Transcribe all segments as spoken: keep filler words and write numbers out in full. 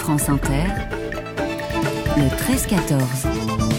France Inter, le treize quatorze.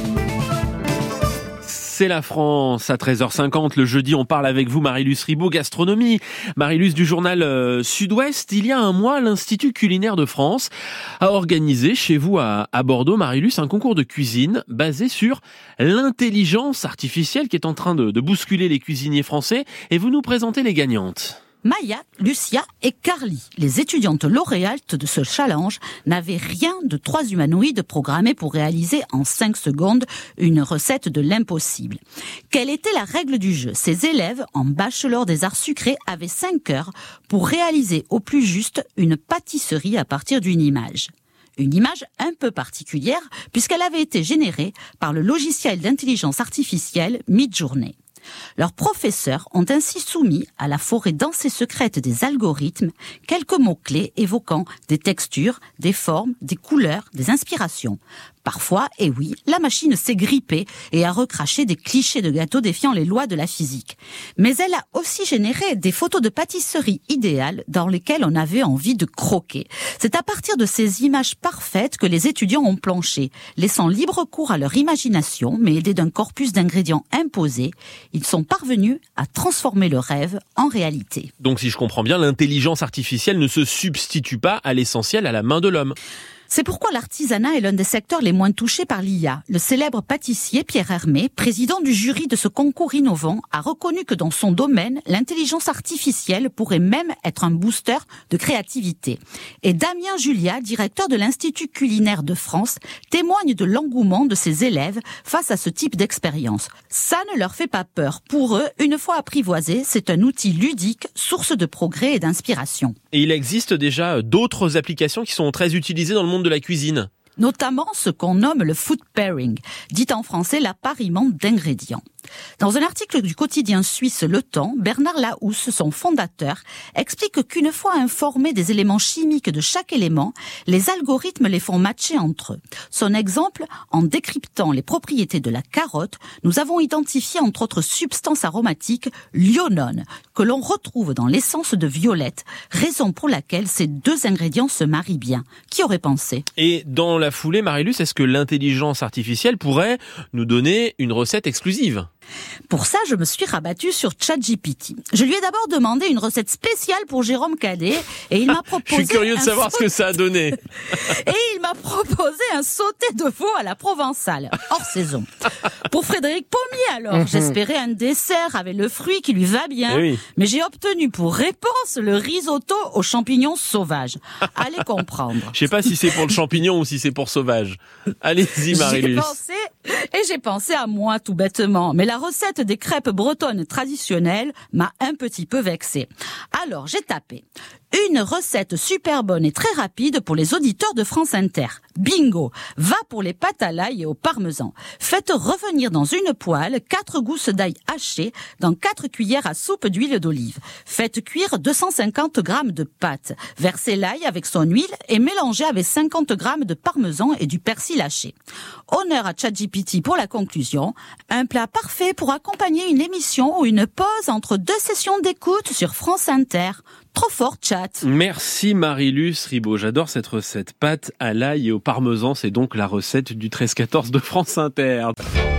C'est la France à treize heures cinquante. Le jeudi, on parle avec vous, Marie-Luce Ribaud, gastronomie. Marie-Luce du journal euh, Sud-Ouest. Il y a un mois, l'Institut culinaire de France a organisé chez vous à, à Bordeaux, Marie-Luce, un concours de cuisine basé sur l'intelligence artificielle qui est en train de, de bousculer les cuisiniers français. Et vous nous présentez les gagnantes. Maya, Lucia et Carly, les étudiantes lauréates de ce challenge, n'avaient rien de trois humanoïdes programmés pour réaliser en cinq secondes une recette de l'impossible. Quelle était la règle du jeu ? Ces élèves, en bachelor des arts sucrés, avaient cinq heures pour réaliser au plus juste une pâtisserie à partir d'une image. Une image un peu particulière puisqu'elle avait été générée par le logiciel d'intelligence artificielle Midjourney. Leurs professeurs ont ainsi soumis à la forêt dense et secrète des algorithmes quelques mots-clés évoquant des textures, des formes, des couleurs, des inspirations. Parfois, et oui, la machine s'est grippée et a recraché des clichés de gâteaux défiant les lois de la physique. Mais elle a aussi généré des photos de pâtisserie idéales dans lesquelles on avait envie de croquer. C'est à partir de ces images parfaites que les étudiants ont planché, laissant libre cours à leur imagination, mais aidés d'un corpus d'ingrédients imposés, ils sont parvenus à transformer le rêve en réalité. Donc si je comprends bien, l'intelligence artificielle ne se substitue pas à l'essentiel, à la main de l'homme. C'est pourquoi l'artisanat est l'un des secteurs les moins touchés par l'I A. Le célèbre pâtissier Pierre Hermé, président du jury de ce concours innovant, a reconnu que dans son domaine, l'intelligence artificielle pourrait même être un booster de créativité. Et Damien Julia, directeur de l'Institut culinaire de France, témoigne de l'engouement de ses élèves face à ce type d'expérience. Ça ne leur fait pas peur. Pour eux, une fois apprivoisé, c'est un outil ludique, source de progrès et d'inspiration. Et il existe déjà d'autres applications qui sont très utilisées dans le monde de la cuisine. Notamment ce qu'on nomme le food pairing, dit en français l'appariement d'ingrédients. Dans un article du quotidien suisse Le Temps, Bernard Lahousse, son fondateur, explique qu'une fois informés des éléments chimiques de chaque élément, les algorithmes les font matcher entre eux. Son exemple, en décryptant les propriétés de la carotte, nous avons identifié entre autres substances aromatiques l'ionone, que l'on retrouve dans l'essence de violette, raison pour laquelle ces deux ingrédients se marient bien. Qui aurait pensé ? Et dans la foulée, Marie-Luce, est-ce que l'intelligence artificielle pourrait nous donner une recette exclusive ? Pour ça, je me suis rabattue sur ChatGPT. Je lui ai d'abord demandé une recette spéciale pour Jérôme Cadet et il m'a proposé... Je suis curieux de savoir sauté... ce que ça a donné. Et il m'a proposé un sauté de veau à la provençale, hors saison. Pour Frédéric Pommier, alors, j'espérais un dessert avec le fruit qui lui va bien, eh oui. Mais j'ai obtenu pour réponse le risotto aux champignons sauvages. Allez comprendre. Je sais pas si c'est pour le champignon ou si c'est pour sauvage. Allez-y, Marie-Luce. J'ai pensé, et j'ai pensé à moi tout bêtement, mais la La recette des crêpes bretonnes traditionnelles m'a un petit peu vexée. Alors j'ai tapé une recette super bonne et très rapide pour les auditeurs de France Inter. Bingo! Va pour les pâtes à l'ail et au parmesan. Faites revenir dans une poêle quatre gousses d'ail hachées dans quatre cuillères à soupe d'huile d'olive. Faites cuire deux cent cinquante grammes de pâtes. Versez l'ail avec son huile et mélangez avec cinquante grammes de parmesan et du persil haché. Honneur à ChatGPT pour la conclusion. Un plat parfait pour accompagner une émission ou une pause entre deux sessions d'écoute sur France Inter. Trop fort, chat. Merci Marie-Luce Ribaud. J'adore cette recette. Pâtes à l'ail et au parmesan, c'est donc la recette du treize quatorze de France Inter.